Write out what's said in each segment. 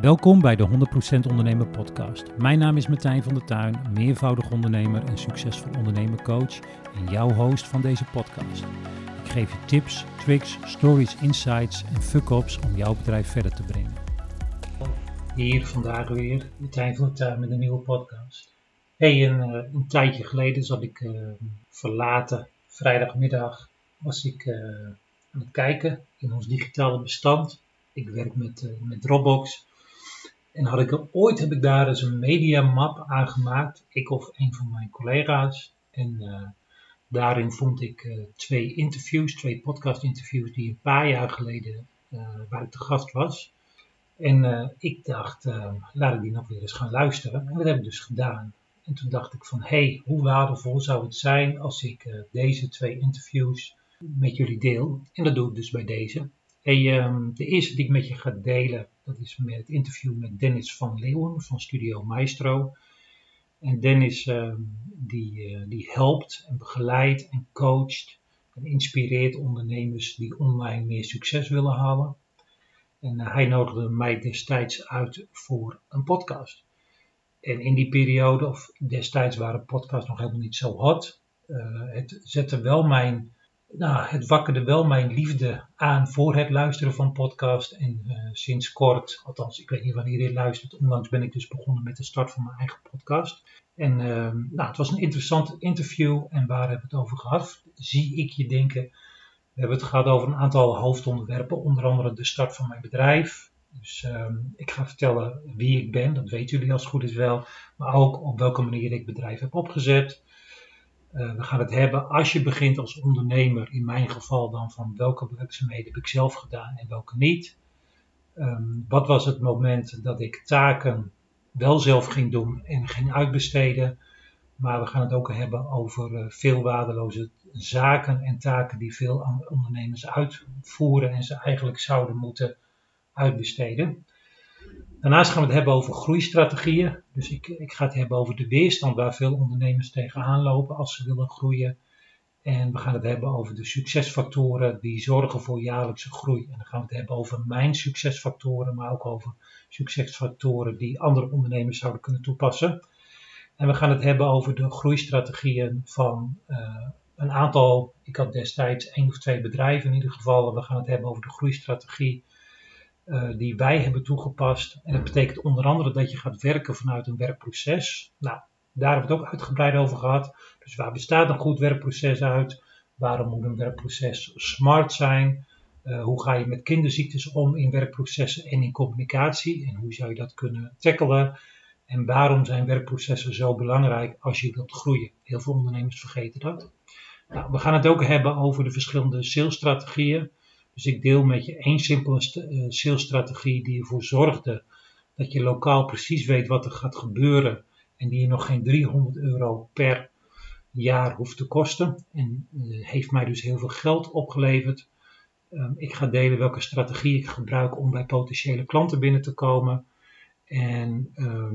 Welkom bij de 100% Ondernemer podcast. Mijn naam is Martijn van der Tuin, meervoudig ondernemer en succesvol ondernemercoach en jouw host van deze podcast. Ik geef je tips, tricks, stories, insights en fuck-ups om jouw bedrijf verder te brengen. Hier vandaag weer, Martijn van der Tuin met een nieuwe podcast. Een tijdje geleden zat ik verlaten, vrijdagmiddag was ik aan het kijken in ons digitale bestand. Ik werk met Dropbox. En heb ik daar eens een mediamap aangemaakt, ik of een van mijn collega's. En daarin vond ik twee podcast interviews die een paar jaar geleden waar ik te gast was. En ik dacht, laat ik die nog weer eens gaan luisteren. En dat heb ik dus gedaan. En toen dacht ik van, hoe waardevol zou het zijn als ik deze twee interviews met jullie deel. En dat doe ik dus bij deze. De eerste die ik met je ga delen, dat is met het interview met Dennis van Leeuwen van Studio Maestro. En Dennis die helpt en begeleidt en coacht en inspireert ondernemers die online meer succes willen halen. En hij nodigde mij destijds uit voor een podcast. En in die periode, of destijds waren podcasts nog helemaal niet zo hot. Het wakkerde wel mijn liefde aan voor het luisteren van podcast. En sinds kort, althans ik weet niet wanneer je luistert, onlangs ben ik dus begonnen met de start van mijn eigen podcast. En het was een interessant interview. En waar hebben we het over gehad? Zie ik je denken. We hebben het gehad over een aantal hoofdonderwerpen, onder andere de start van mijn bedrijf. Dus ik ga vertellen wie ik ben, dat weten jullie als het goed is wel. Maar ook op welke manier ik het bedrijf heb opgezet. We gaan het hebben, als je begint als ondernemer, in mijn geval dan van welke werkzaamheden heb ik zelf gedaan en welke niet. Wat was het moment dat ik taken wel zelf ging doen en ging uitbesteden. Maar we gaan het ook hebben over veel waardeloze zaken en taken die veel ondernemers uitvoeren en ze eigenlijk zouden moeten uitbesteden. Daarnaast gaan we het hebben over groeistrategieën. Dus ik ga het hebben over de weerstand waar veel ondernemers tegenaan lopen als ze willen groeien. En we gaan het hebben over de succesfactoren die zorgen voor jaarlijkse groei. En dan gaan we het hebben over mijn succesfactoren, maar ook over succesfactoren die andere ondernemers zouden kunnen toepassen. En we gaan het hebben over de groeistrategieën van een aantal, ik had destijds 1 of 2 bedrijven in ieder geval. We gaan het hebben over de groeistrategie die wij hebben toegepast. En dat betekent onder andere dat je gaat werken vanuit een werkproces. Nou, daar hebben we het ook uitgebreid over gehad. Dus waar bestaat een goed werkproces uit? Waarom moet een werkproces smart zijn? Hoe ga je met kinderziektes om in werkprocessen en in communicatie? En hoe zou je dat kunnen tackelen? En waarom zijn werkprocessen zo belangrijk als je wilt groeien? Heel veel ondernemers vergeten dat. Nou, we gaan het ook hebben over de verschillende salesstrategieën. Dus ik deel met je 1 simpele salesstrategie die ervoor zorgde dat je lokaal precies weet wat er gaat gebeuren. En die je nog geen €300 per jaar hoeft te kosten. En heeft mij dus heel veel geld opgeleverd. Ik ga delen welke strategie ik gebruik om bij potentiële klanten binnen te komen. En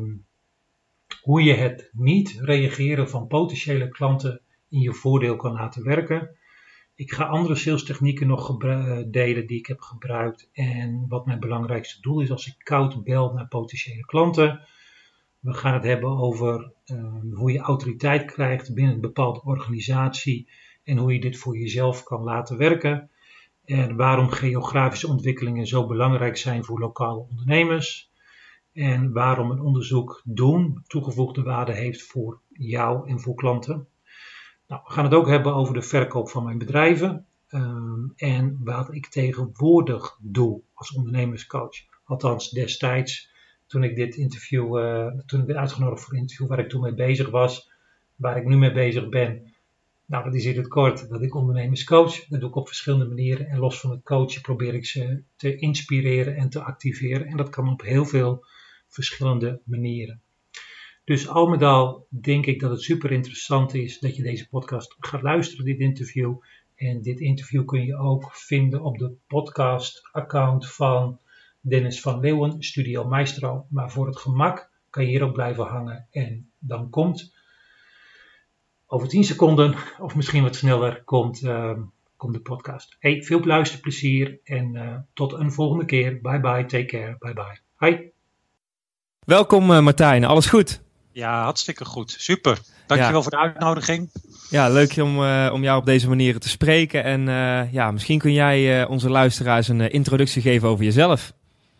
hoe je het niet reageren van potentiële klanten in je voordeel kan laten werken. Ik ga andere salestechnieken nog delen die ik heb gebruikt. En wat mijn belangrijkste doel is als ik koud bel naar potentiële klanten. We gaan het hebben over hoe je autoriteit krijgt binnen een bepaalde organisatie. En hoe je dit voor jezelf kan laten werken. En waarom geografische ontwikkelingen zo belangrijk zijn voor lokale ondernemers. En waarom een onderzoek doen toegevoegde waarde heeft voor jou en voor klanten. Nou, we gaan het ook hebben over de verkoop van mijn bedrijven. En wat ik tegenwoordig doe als ondernemerscoach. Althans destijds toen ik toen ik werd uitgenodigd voor een interview waar ik toen mee bezig was. Waar ik nu mee bezig ben. Nou, dat is in het kort dat ik ondernemers coach. Dat doe ik op verschillende manieren. En los van het coachen probeer ik ze te inspireren en te activeren. En dat kan op heel veel verschillende manieren. Dus al met al denk ik dat het super interessant is dat je deze podcast gaat luisteren, dit interview. En dit interview kun je ook vinden op de podcast account van Dennis van Leeuwen, Studio Maestro. Maar voor het gemak kan je hier ook blijven hangen. En dan komt over 10 seconden, of misschien wat sneller, komt de podcast. Veel luisterplezier en tot een volgende keer. Bye bye, take care, bye bye. Hi. Welkom Martijn, alles goed? Ja, hartstikke goed. Super. Dankjewel voor de uitnodiging. Ja, leuk om jou op deze manier te spreken. En misschien kun jij onze luisteraars een introductie geven over jezelf.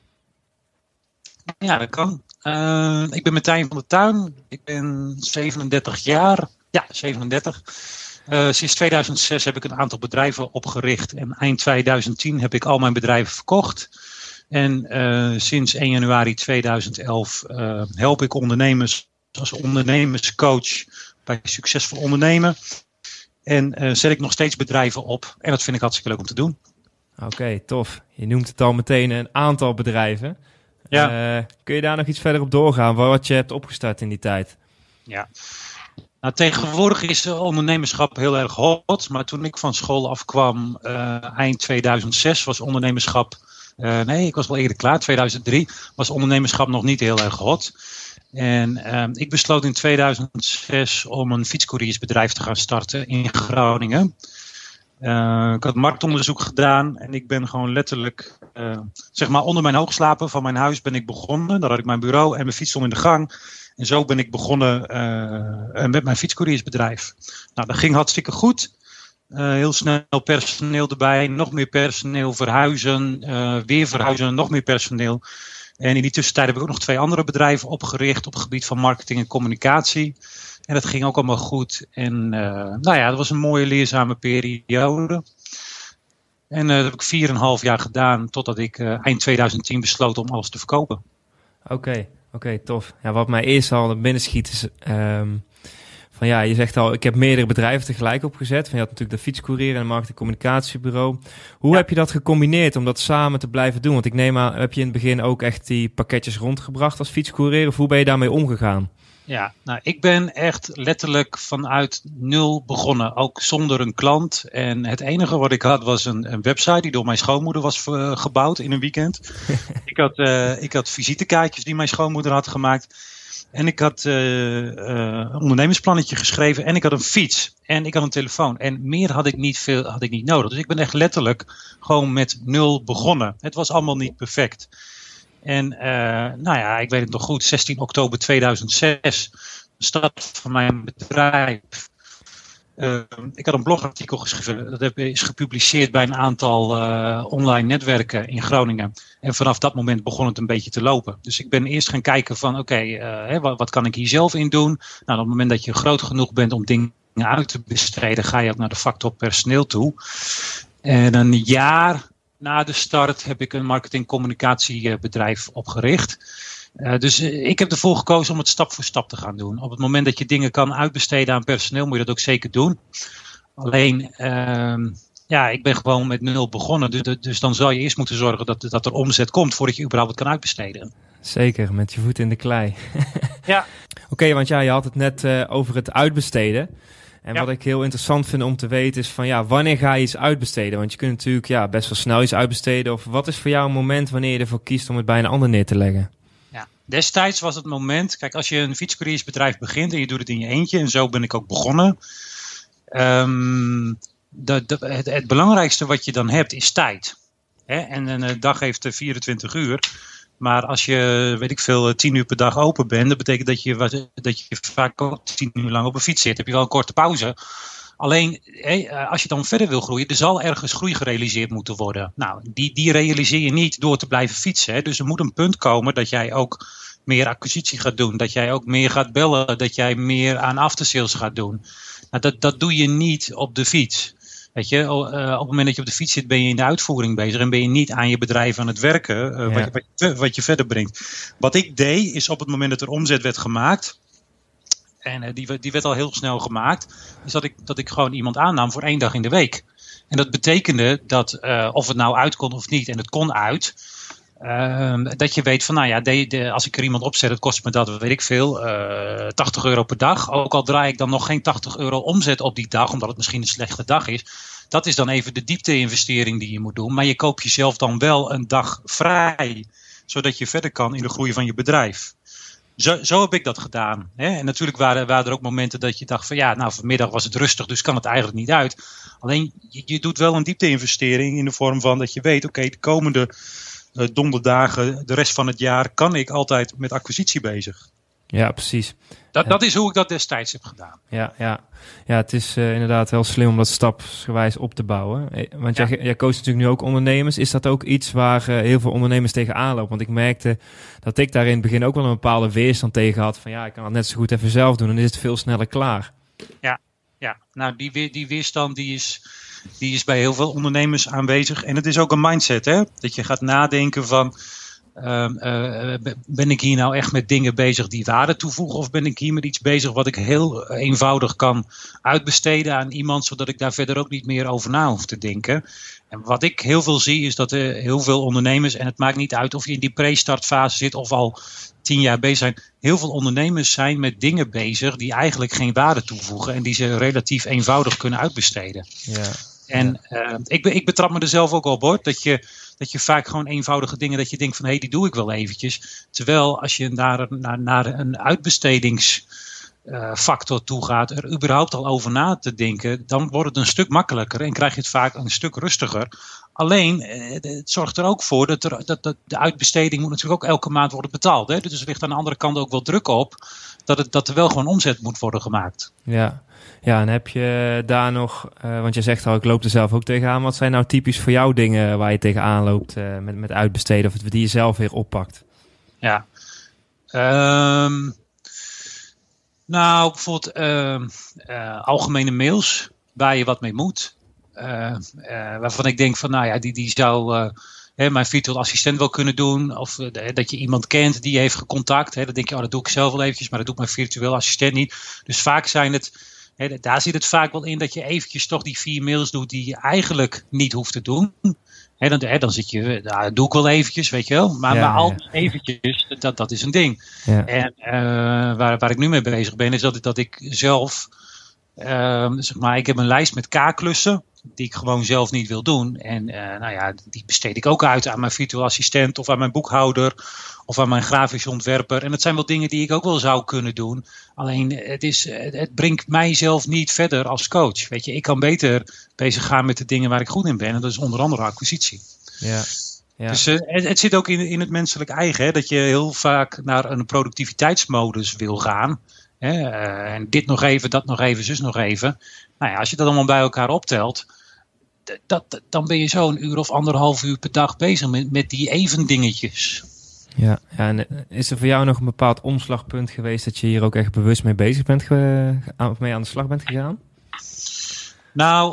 Ja, dat kan. Ik ben Martijn van der Tuin. Ik ben 37 jaar. Ja, 37. Sinds 2006 heb ik een aantal bedrijven opgericht. En eind 2010 heb ik al mijn bedrijven verkocht. En sinds 1 januari 2011 help ik ondernemers als ondernemerscoach bij succesvol ondernemen. En zet ik nog steeds bedrijven op. En dat vind ik hartstikke leuk om te doen. Oké, tof. Je noemt het al meteen een aantal bedrijven. Ja. Kun je daar nog iets verder op doorgaan? Wat je hebt opgestart in die tijd? Ja. Nou, tegenwoordig is ondernemerschap heel erg hot. Maar toen ik van school afkwam eind 2006 was ondernemerschap... ik was wel eerder klaar. 2003 was ondernemerschap nog niet heel erg hot. En ik besloot in 2006 om een fietscouriersbedrijf te gaan starten in Groningen. Ik had marktonderzoek gedaan en ik ben gewoon letterlijk, onder mijn hoogslapen van mijn huis ben ik begonnen. Daar had ik mijn bureau en mijn fiets stond in de gang. En zo ben ik begonnen met mijn fietscouriersbedrijf. Nou, dat ging hartstikke goed. Heel snel personeel erbij, nog meer personeel, verhuizen, weer verhuizen, nog meer personeel. En in die tussentijd heb ik ook nog 2 andere bedrijven opgericht op het gebied van marketing en communicatie. En dat ging ook allemaal goed. En dat was een mooie leerzame periode. En dat heb ik 4,5 jaar gedaan totdat ik eind 2010 besloot om alles te verkopen. Oké, tof. Ja, wat mij eerst al binnen schiet is... je zegt al, ik heb meerdere bedrijven tegelijk opgezet. Je had natuurlijk de fietscourier en een marketing-communicatiebureau. Hoe heb je dat gecombineerd om dat samen te blijven doen? Want ik neem aan, heb je in het begin ook echt die pakketjes rondgebracht als fietscourier? Of hoe ben je daarmee omgegaan? Ja, nou, ik ben echt letterlijk vanuit 0 begonnen, ook zonder een klant. En het enige wat ik had was een website die door mijn schoonmoeder was gebouwd in een weekend. Ik had visitekaartjes die mijn schoonmoeder had gemaakt. En ik had een ondernemersplannetje geschreven en ik had een fiets en ik had een telefoon. En meer had ik niet nodig. Dus ik ben echt letterlijk gewoon met 0 begonnen. Het was allemaal niet perfect. En ik weet het nog goed, 16 oktober 2006, de start van mijn bedrijf. Ik had een blogartikel geschreven, dat is gepubliceerd bij een aantal online netwerken in Groningen. En vanaf dat moment begon het een beetje te lopen. Dus ik ben eerst gaan kijken van wat kan ik hier zelf in doen? Nou, op het moment dat je groot genoeg bent om dingen uit te besteden, ga je ook naar de factor personeel toe. En een jaar na de start heb ik een marketing-communicatiebedrijf opgericht. Dus ik heb ervoor gekozen om het stap voor stap te gaan doen. Op het moment dat je dingen kan uitbesteden aan personeel, moet je dat ook zeker doen. Alleen, ik ben gewoon met 0 begonnen. Dus dan zal je eerst moeten zorgen dat er omzet komt voordat je überhaupt het kan uitbesteden. Zeker, met je voet in de klei. Ja. Oké, want je had het net over het uitbesteden. En wat ik heel interessant vind om te weten is van wanneer ga je iets uitbesteden? Want je kunt natuurlijk best wel snel iets uitbesteden. Of wat is voor jou een moment wanneer je ervoor kiest om het bij een ander neer te leggen? Ja, destijds was het moment, kijk, als je een fietscouriersbedrijf begint en je doet het in je eentje, en zo ben ik ook begonnen. Het belangrijkste wat je dan hebt is tijd. Hè? En een dag heeft 24 uur. Maar als je, 10 uur per dag open bent, dat betekent dat je vaak ook 10 uur lang op een fiets zit. Heb je wel een korte pauze. Alleen, als je dan verder wil groeien, er zal ergens groei gerealiseerd moeten worden. Nou, die realiseer je niet door te blijven fietsen. Hè. Dus er moet een punt komen dat jij ook meer acquisitie gaat doen. Dat jij ook meer gaat bellen. Dat jij meer aan aftersales gaat doen. Nou, dat doe je niet op de fiets. Weet je, op het moment dat je op de fiets zit, ben je in de uitvoering bezig en ben je niet aan je bedrijf aan het werken, wat je verder brengt. Wat ik deed, is op het moment dat er omzet werd gemaakt, en die werd al heel snel gemaakt, is dat ik gewoon iemand aannam voor 1 dag in de week. En dat betekende dat, of het nou uit kon of niet, en het kon uit, dat je weet van, als ik er iemand opzet, het kost me dat, weet ik veel, €80 per dag. Ook al draai ik dan nog geen €80 omzet op die dag, omdat het misschien een slechte dag is. Dat is dan even de diepte-investering die je moet doen. Maar je koopt jezelf dan wel een dag vrij, zodat je verder kan in de groei van je bedrijf. Zo heb ik dat gedaan. Hè? En natuurlijk waren er ook momenten dat je dacht van vanmiddag was het rustig, dus kan het eigenlijk niet uit. Alleen je doet wel een diepte-investering in de vorm van dat je weet, oké, de komende donderdagen, de rest van het jaar, kan ik altijd met acquisitie bezig. Ja, precies. Dat is hoe ik dat destijds heb gedaan. Ja, het is inderdaad wel slim om dat stapsgewijs op te bouwen. Want jij coacht natuurlijk nu ook ondernemers. Is dat ook iets waar heel veel ondernemers tegenaan lopen? Want ik merkte dat ik daar in het begin ook wel een bepaalde weerstand tegen had. Van ik kan het net zo goed even zelf doen. Dan is het veel sneller klaar. Ja. Nou die weerstand die is bij heel veel ondernemers aanwezig. En het is ook een mindset, hè? Dat je gaat nadenken van... ben ik hier nou echt met dingen bezig die waarde toevoegen, of ben ik hier met iets bezig wat ik heel eenvoudig kan uitbesteden aan iemand, zodat ik daar verder ook niet meer over na hoef te denken. En wat ik heel veel zie is dat heel veel ondernemers, en het maakt niet uit of je in die pre-startfase zit of al 10 jaar bezig zijn, heel veel ondernemers zijn met dingen bezig die eigenlijk geen waarde toevoegen en die ze relatief eenvoudig kunnen uitbesteden. Ja. En ik betrap me er zelf ook op, hoor, dat je vaak gewoon eenvoudige dingen, dat je denkt van die doe ik wel eventjes. Terwijl als je naar een uitbestedingsfactor toe gaat, er überhaupt al over na te denken, dan wordt het een stuk makkelijker en krijg je het vaak een stuk rustiger. Alleen, het zorgt er ook voor dat de uitbesteding moet natuurlijk ook elke maand worden betaald. Hè? Dus er ligt aan de andere kant ook wel druk op dat er wel gewoon omzet moet worden gemaakt. Ja, en heb je daar nog, want je zegt al, ik loop er zelf ook tegenaan. Wat zijn nou typisch voor jou dingen waar je tegenaan loopt met uitbesteden, of die je zelf weer oppakt? Ja, nou bijvoorbeeld algemene mails waar je wat mee moet. Waarvan ik denk van, die zou mijn virtual assistent wel kunnen doen. Of dat je iemand kent die heeft gecontact. Dan denk je, dat doe ik zelf wel eventjes, maar dat doet mijn virtueel assistent niet. Dus vaak zijn het... daar zit het vaak wel in dat je eventjes toch die 4 mails doet die je eigenlijk niet hoeft te doen. Dan zit je, dat doe ik wel eventjes, weet je wel. Maar altijd eventjes, dat is een ding. Ja. En waar ik nu mee bezig ben, is dat ik zelf, ik heb een lijst met K-klussen die ik gewoon zelf niet wil doen. En die besteed ik ook uit aan mijn virtual assistent of aan mijn boekhouder of aan mijn grafisch ontwerper. En dat zijn wel dingen die ik ook wel zou kunnen doen. Alleen het brengt mijzelf niet verder als coach. Weet je, ik kan beter bezig gaan met de dingen waar ik goed in ben. En dat is onder andere acquisitie. Ja. Dus het zit ook in het menselijk eigen. Hè, dat je heel vaak naar een productiviteitsmodus wil gaan. En dit nog even, dat nog even, zus nog even. Als je dat allemaal bij elkaar optelt, dan ben je zo 1 uur of 1,5 uur per dag bezig met die even dingetjes. Ja, en is er voor jou nog een bepaald omslagpunt geweest dat je hier ook echt bewust mee bezig bent of mee aan de slag bent gegaan? Nou,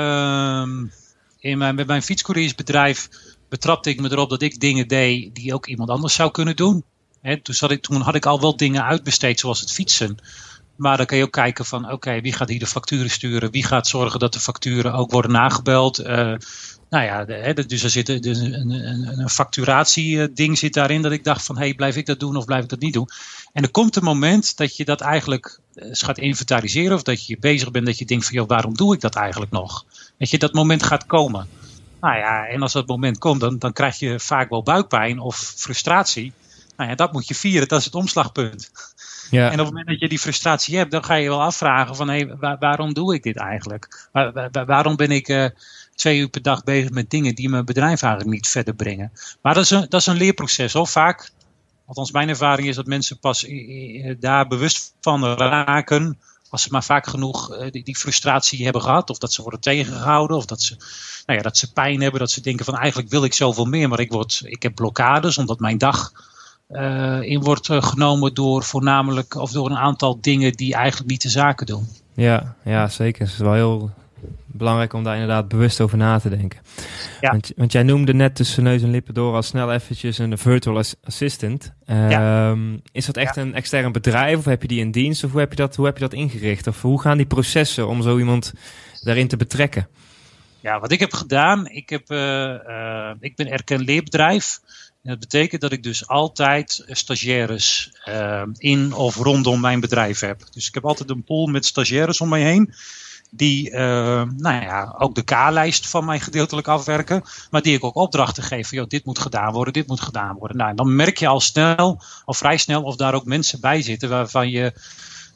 met mijn fietscouriersbedrijf betrapte ik me erop dat ik dingen deed die ook iemand anders zou kunnen doen. Toen had ik al wel dingen uitbesteed zoals het fietsen. Maar dan kan je ook kijken van oké, wie gaat hier de facturen sturen? Wie gaat zorgen dat de facturen ook worden nagebeld? Dus er zit een facturatieding zit daarin dat ik dacht van blijf ik dat doen of blijf ik dat niet doen? En er komt een moment dat je dat eigenlijk gaat inventariseren of dat je bezig bent dat je denkt van waarom doe ik dat eigenlijk nog? Weet je, dat moment gaat komen. En als dat moment komt, dan krijg je vaak wel buikpijn of frustratie. Dat moet je vieren, dat is het omslagpunt. Ja. En op het moment dat je die frustratie hebt, dan ga je wel afvragen van waarom doe ik dit eigenlijk? Waarom ben ik 2 uur per dag bezig met dingen die mijn bedrijf eigenlijk niet verder brengen? Maar dat is een leerproces hoor. Vaak, althans mijn ervaring is dat mensen pas daar bewust van raken als ze maar vaak genoeg die frustratie hebben gehad. Of dat ze worden tegengehouden. Of dat ze pijn hebben. Dat ze denken van eigenlijk wil ik zoveel meer. Maar ik heb blokkades omdat mijn dag in wordt genomen door een aantal dingen die eigenlijk niet de zaken doen. Ja, zeker. Het is wel heel belangrijk om daar inderdaad bewust over na te denken. Ja. Want jij noemde net tussen neus en lippen door al snel eventjes een virtual assistant. Is dat echt een extern bedrijf of heb je die in dienst? Of hoe heb je dat ingericht? Of hoe gaan die processen om zo iemand daarin te betrekken? Ja, wat ik heb gedaan, ik ben erkend leerbedrijf. En dat betekent dat ik dus altijd stagiaires in of rondom mijn bedrijf heb. Dus ik heb altijd een pool met stagiaires om mij heen. Die ook de K-lijst van mij gedeeltelijk afwerken. Maar die ik ook opdrachten geef van dit moet gedaan worden, dit moet gedaan worden. Dan merk je al vrij snel of daar ook mensen bij zitten waarvan je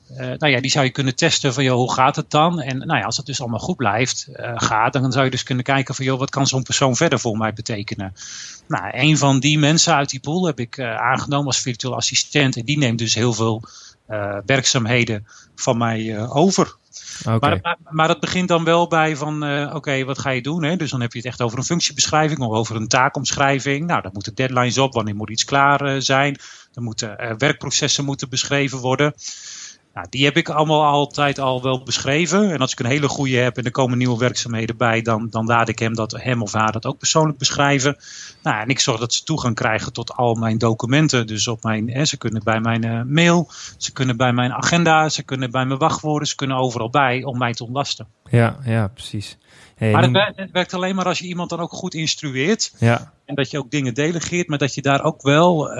die zou je kunnen testen van, hoe gaat het dan? En als het dus allemaal goed blijft, dan zou je dus kunnen kijken van, wat kan zo'n persoon verder voor mij betekenen? Nou, een van die mensen uit die pool heb ik aangenomen als virtueel assistent. En die neemt dus heel veel werkzaamheden van mij over. Okay. Maar dat begint dan wel bij van, wat ga je doen? Hè? Dus dan heb je het echt over een functiebeschrijving of over een taakomschrijving. Nou, dan moeten deadlines op, wanneer moet iets klaar zijn. Dan moeten werkprocessen moeten beschreven worden. Nou, die heb ik allemaal altijd al wel beschreven. En als ik een hele goede heb en er komen nieuwe werkzaamheden bij, dan laat ik hem of haar dat ook persoonlijk beschrijven. Nou, en ik zorg dat ze toegang krijgen tot al mijn documenten. Dus ze kunnen bij mijn mail, ze kunnen bij mijn agenda, ze kunnen bij mijn wachtwoorden, ze kunnen overal bij om mij te ontlasten. Ja, precies. Hey, maar het werkt alleen maar als je iemand dan ook goed instrueert. Ja. En dat je ook dingen delegeert, maar dat je daar ook wel,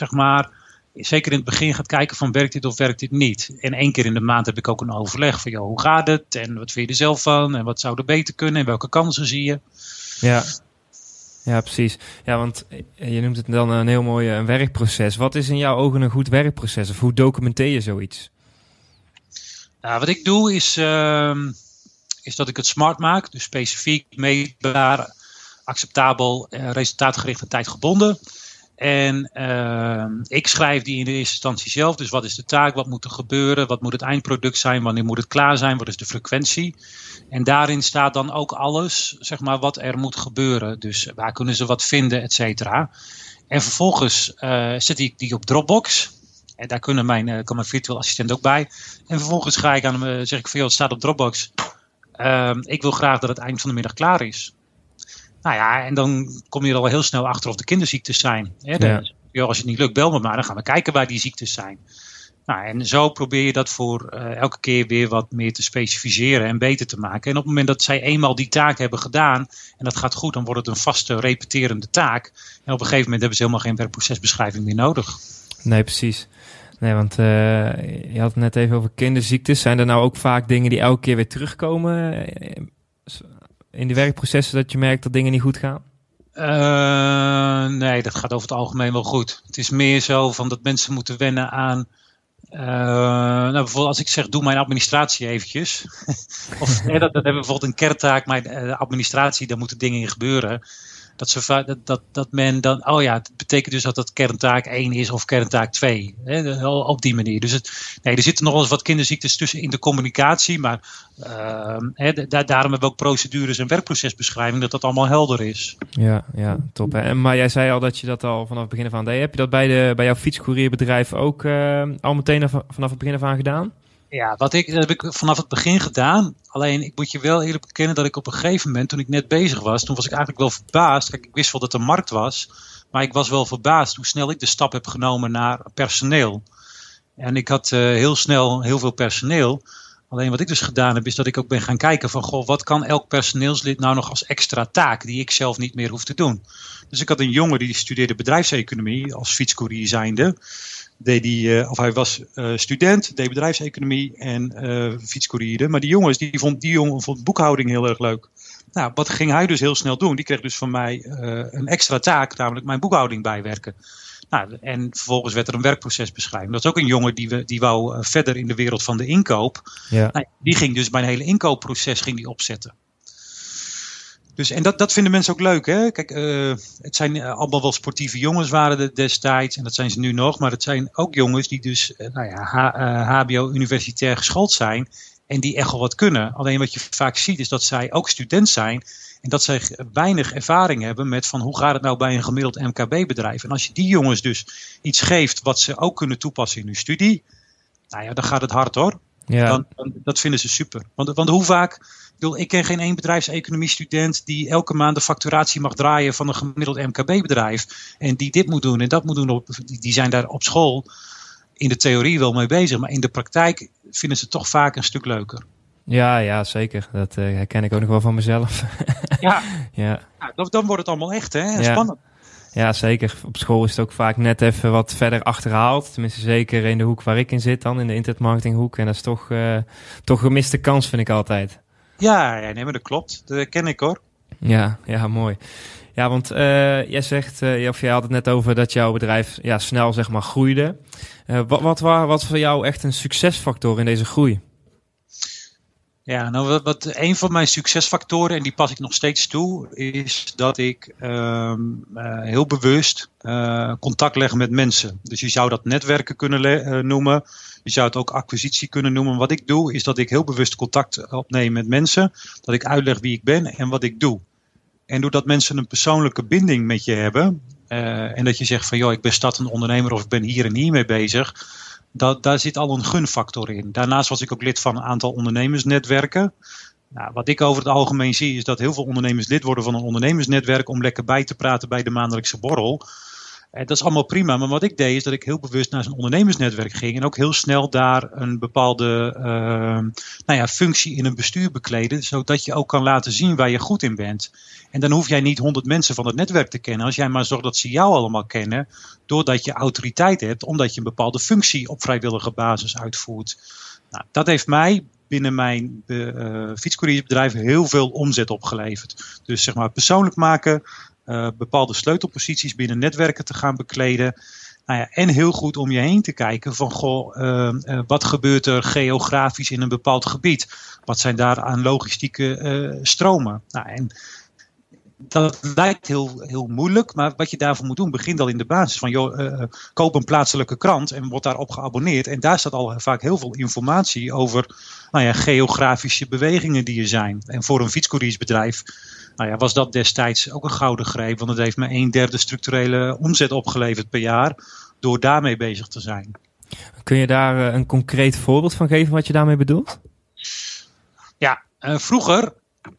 zeker in het begin gaat kijken van, werkt dit of werkt dit niet? En 1 keer in de maand heb ik ook een overleg van, hoe gaat het? En wat vind je er zelf van? En wat zou er beter kunnen? En welke kansen zie je? Ja, precies. Ja, want je noemt het dan een heel mooi een werkproces. Wat is in jouw ogen een goed werkproces? Of hoe documenteer je zoiets? Nou, wat ik doe is dat ik het smart maak. Dus specifiek, meetbaar, acceptabel, resultaatgericht en tijdgebonden. En ik schrijf die in de eerste instantie zelf. Dus wat is de taak? Wat moet er gebeuren? Wat moet het eindproduct zijn? Wanneer moet het klaar zijn? Wat is de frequentie? En daarin staat dan ook alles, wat er moet gebeuren. Dus waar kunnen ze wat vinden, et cetera. En vervolgens zet ik die op Dropbox. En daar kan mijn virtueel assistent ook bij. En vervolgens ga ik aan hem, zeg ik van, het staat op Dropbox. Ik wil graag dat het eind van de middag klaar is. Nou ja, en dan kom je er al heel snel achter of de kinderziektes zijn. Hè? Als het niet lukt, bel me maar. Dan gaan we kijken waar die ziektes zijn. Nou, en zo probeer je dat voor elke keer weer wat meer te specificeren en beter te maken. En op het moment dat zij eenmaal die taak hebben gedaan en dat gaat goed, dan wordt het een vaste repeterende taak. En op een gegeven moment hebben ze helemaal geen werkprocesbeschrijving meer nodig. Nee, precies. Nee, want je had het net even over kinderziektes. Zijn er nou ook vaak dingen die elke keer weer terugkomen in die werkprocessen, dat je merkt dat dingen niet goed gaan? Nee, dat gaat over het algemeen wel goed. Het is meer zo van dat mensen moeten wennen aan, bijvoorbeeld als ik zeg, doe mijn administratie eventjes. Of dat hebben we bijvoorbeeld een kerntaak, mijn administratie, daar moeten dingen in gebeuren. Dat men dan, het betekent dus dat kerntaak 1 is of kerntaak 2. Hè, op die manier. Dus er zitten nog wel eens wat kinderziektes tussen in de communicatie. Maar daarom hebben we ook procedures en werkprocesbeschrijving, dat allemaal helder is. Ja, top. Hè? Maar jij zei al dat je dat al vanaf het begin af aan deed. Heb je dat bij jouw fietscourierbedrijf ook al meteen vanaf het begin af aan gedaan? Ja, dat heb ik vanaf het begin gedaan. Alleen, ik moet je wel eerlijk bekennen dat ik op een gegeven moment, toen ik net bezig was, toen was ik eigenlijk wel verbaasd. Kijk, ik wist wel dat er markt was, maar ik was wel verbaasd hoe snel ik de stap heb genomen naar personeel. En ik had heel snel heel veel personeel. Alleen wat ik dus gedaan heb, is dat ik ook ben gaan kijken van, wat kan elk personeelslid nou nog als extra taak die ik zelf niet meer hoef te doen. Dus ik had een jongen die studeerde bedrijfseconomie als fietscourier zijnde. Hij was student, deed bedrijfseconomie en fietscourierde. Maar die jongen vond boekhouding heel erg leuk. Nou, wat ging hij dus heel snel doen? Die kreeg dus van mij een extra taak, namelijk mijn boekhouding bijwerken. Nou, en vervolgens werd er een werkprocesbeschrijving. Dat is ook een jongen die wou verder in de wereld van de inkoop. Ja. Nou, die ging dus mijn hele inkoopproces opzetten. Dus, en dat vinden mensen ook leuk. Hè? Kijk, het zijn allemaal wel sportieve jongens waren het destijds. En dat zijn ze nu nog. Maar het zijn ook jongens die dus hbo-universitair geschoold zijn. En die echt wel wat kunnen. Alleen wat je vaak ziet is dat zij ook student zijn. En dat zij weinig ervaring hebben met van hoe gaat het nou bij een gemiddeld MKB-bedrijf. En als je die jongens dus iets geeft wat ze ook kunnen toepassen in hun studie. Nou ja, dan gaat het hard hoor. Ja. Dat vinden ze super. Want hoe vaak... Ik ken geen één bedrijfseconomie-student die elke maand de facturatie mag draaien van een gemiddeld MKB-bedrijf. En die dit moet doen en dat moet doen. Die zijn daar op school in de theorie wel mee bezig. Maar in de praktijk vinden ze toch vaak een stuk leuker. Ja, zeker. Dat herken ik ook nog wel van mezelf. Ja. Ja. Dan wordt het allemaal echt, hè? Ja. Spannend. Ja, zeker. Op school is het ook vaak net even wat verder achterhaald. Tenminste, zeker in de hoek waar ik in zit dan, in de internetmarketinghoek. En dat is toch een gemiste kans, vind ik altijd. Ja, nee, maar dat klopt. Dat ken ik hoor. Ja, mooi. Ja, want jij zegt, of jij had het net over dat jouw bedrijf snel zeg maar groeide. Wat was voor jou echt een succesfactor in deze groei? Ja, nou wat een van mijn succesfactoren, en die pas ik nog steeds toe, is dat ik heel bewust contact leg met mensen. Dus je zou dat netwerken kunnen noemen. Je zou het ook acquisitie kunnen noemen. Wat ik doe, is dat ik heel bewust contact opneem met mensen. Dat ik uitleg wie ik ben en wat ik doe. En doordat mensen een persoonlijke binding met je hebben. En dat je zegt van, joh, ik ben startende ondernemer of ik ben hier en hier mee bezig. Daar zit al een gunfactor in. Daarnaast was ik ook lid van een aantal ondernemersnetwerken. Nou, wat ik over het algemeen zie is dat heel veel ondernemers lid worden van een ondernemersnetwerk om lekker bij te praten bij de maandelijkse borrel. Dat is allemaal prima, maar wat ik deed is dat ik heel bewust naar zo'n ondernemersnetwerk ging en ook heel snel daar een bepaalde functie in een bestuur bekleden, zodat je ook kan laten zien waar je goed in bent. En dan hoef jij niet 100 mensen van het netwerk te kennen, als jij maar zorgt dat ze jou allemaal kennen, doordat je autoriteit hebt, omdat je een bepaalde functie op vrijwillige basis uitvoert. Nou, dat heeft mij binnen mijn fietscouriersbedrijf heel veel omzet opgeleverd. Dus zeg maar persoonlijk maken, bepaalde sleutelposities binnen netwerken te gaan bekleden. Nou ja, en heel goed om je heen te kijken van wat gebeurt er geografisch in een bepaald gebied? Wat zijn daar aan logistieke stromen? Nou, en dat lijkt heel moeilijk, maar wat je daarvoor moet doen, begint al in de basis van koop een plaatselijke krant en word daarop geabonneerd. En daar staat al vaak heel veel informatie over geografische bewegingen die er zijn. En voor een fietscouriersbedrijf was dat destijds ook een gouden greep, want het heeft me 1/3 structurele omzet opgeleverd per jaar door daarmee bezig te zijn. Kun je daar een concreet voorbeeld van geven wat je daarmee bedoelt? Ja, vroeger,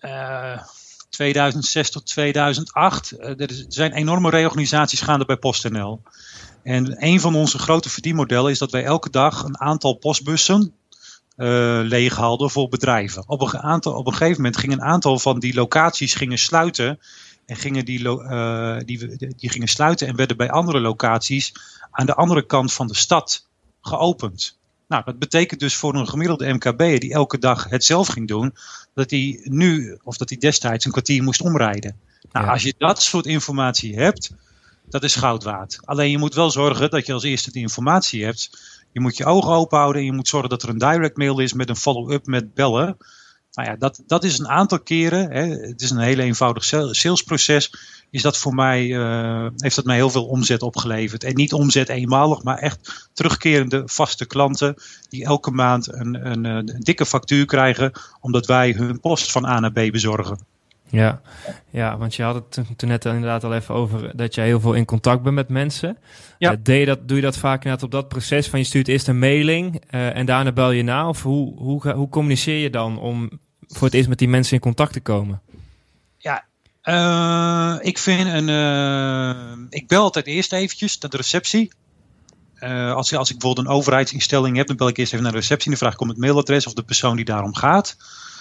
2006 tot 2008, er zijn enorme reorganisaties gaande bij PostNL. En een van onze grote verdienmodellen is dat wij elke dag een aantal postbussen leeghaalden voor bedrijven. Op een gegeven moment gingen een aantal van die locaties sluiten. En die gingen sluiten en werden bij andere locaties aan de andere kant van de stad geopend. Nou, dat betekent dus voor een gemiddelde MKB'er die elke dag het zelf ging doen, dat hij destijds een kwartier moest omrijden. Nou, ja. Als je dat soort informatie hebt, dat is goud waard. Alleen je moet wel zorgen dat je als eerste die informatie hebt. Je moet je ogen open houden en je moet zorgen dat er een direct mail is met een follow-up met bellen. Nou ja, dat is een aantal keren. Hè, het is een heel eenvoudig salesproces. Is dat voor mij, heeft dat mij heel veel omzet opgeleverd. En niet omzet eenmalig, maar echt terugkerende vaste klanten die elke maand een dikke factuur krijgen, omdat wij hun post van A naar B bezorgen. Ja, want je had het toen net inderdaad al even over dat jij heel veel in contact bent met mensen. Ja. Doe je dat vaak inderdaad op dat proces van je stuurt eerst een mailing en daarna bel je na? Of hoe communiceer je dan om voor het eerst met die mensen in contact te komen? Ja, ik bel altijd eerst eventjes naar de receptie. Als ik bijvoorbeeld een overheidsinstelling heb, dan bel ik eerst even naar de receptie en dan vraag ik om het mailadres of de persoon die daarom gaat.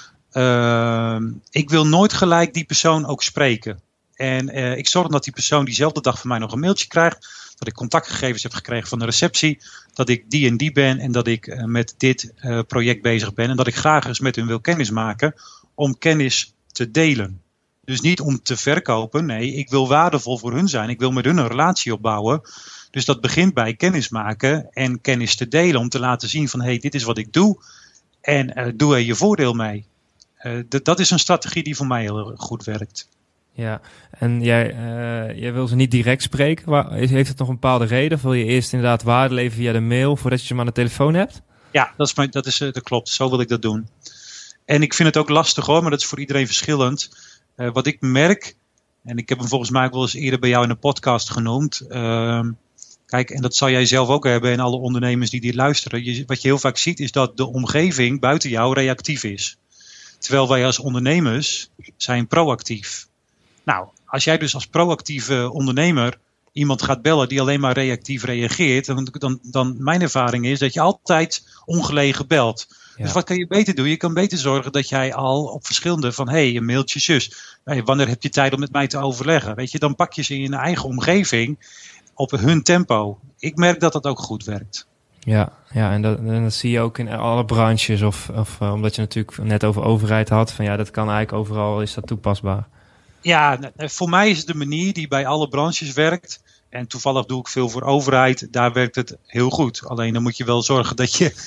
Ik wil nooit gelijk die persoon ook spreken. En ik zorg dat die persoon diezelfde dag van mij nog een mailtje krijgt. Dat ik contactgegevens heb gekregen van de receptie. Dat ik die en die ben en dat ik met dit project bezig ben. En dat ik graag eens met hun wil kennismaken om kennis te delen. Dus niet om te verkopen. Nee, ik wil waardevol voor hun zijn. Ik wil met hun een relatie opbouwen. Dus dat begint bij kennismaken en kennis te delen. Om te laten zien van dit is wat ik doe. En doe er je voordeel mee. Dat is een strategie die voor mij heel goed werkt. Ja, en jij wil ze niet direct spreken. Heeft het nog een bepaalde reden? Of wil je eerst inderdaad waarde leveren via de mail voordat je hem aan de telefoon hebt? Ja, dat klopt. Zo wil ik dat doen. En ik vind het ook lastig hoor, maar dat is voor iedereen verschillend. Wat ik merk, en ik heb hem volgens mij ook wel eens eerder bij jou in een podcast genoemd. Kijk, en dat zal jij zelf ook hebben en alle ondernemers die dit luisteren. Wat je heel vaak ziet is dat de omgeving buiten jou reactief is. Terwijl wij als ondernemers zijn proactief. Nou, als jij dus als proactieve ondernemer iemand gaat bellen die alleen maar reactief reageert, dan mijn ervaring is dat je altijd ongelegen belt. Ja. Dus wat kan je beter doen? Je kan beter zorgen dat jij al op verschillende van een mailtje zus. Wanneer heb je tijd om met mij te overleggen? Weet je, dan pak je ze in je eigen omgeving op hun tempo. Ik merk dat dat ook goed werkt. Ja, en dat zie je ook in alle branches. Of omdat je natuurlijk net over overheid had. Van dat kan eigenlijk overal, is dat toepasbaar. Ja, voor mij is het de manier die bij alle branches werkt. En toevallig doe ik veel voor overheid. Daar werkt het heel goed. Alleen dan moet je wel zorgen dat je...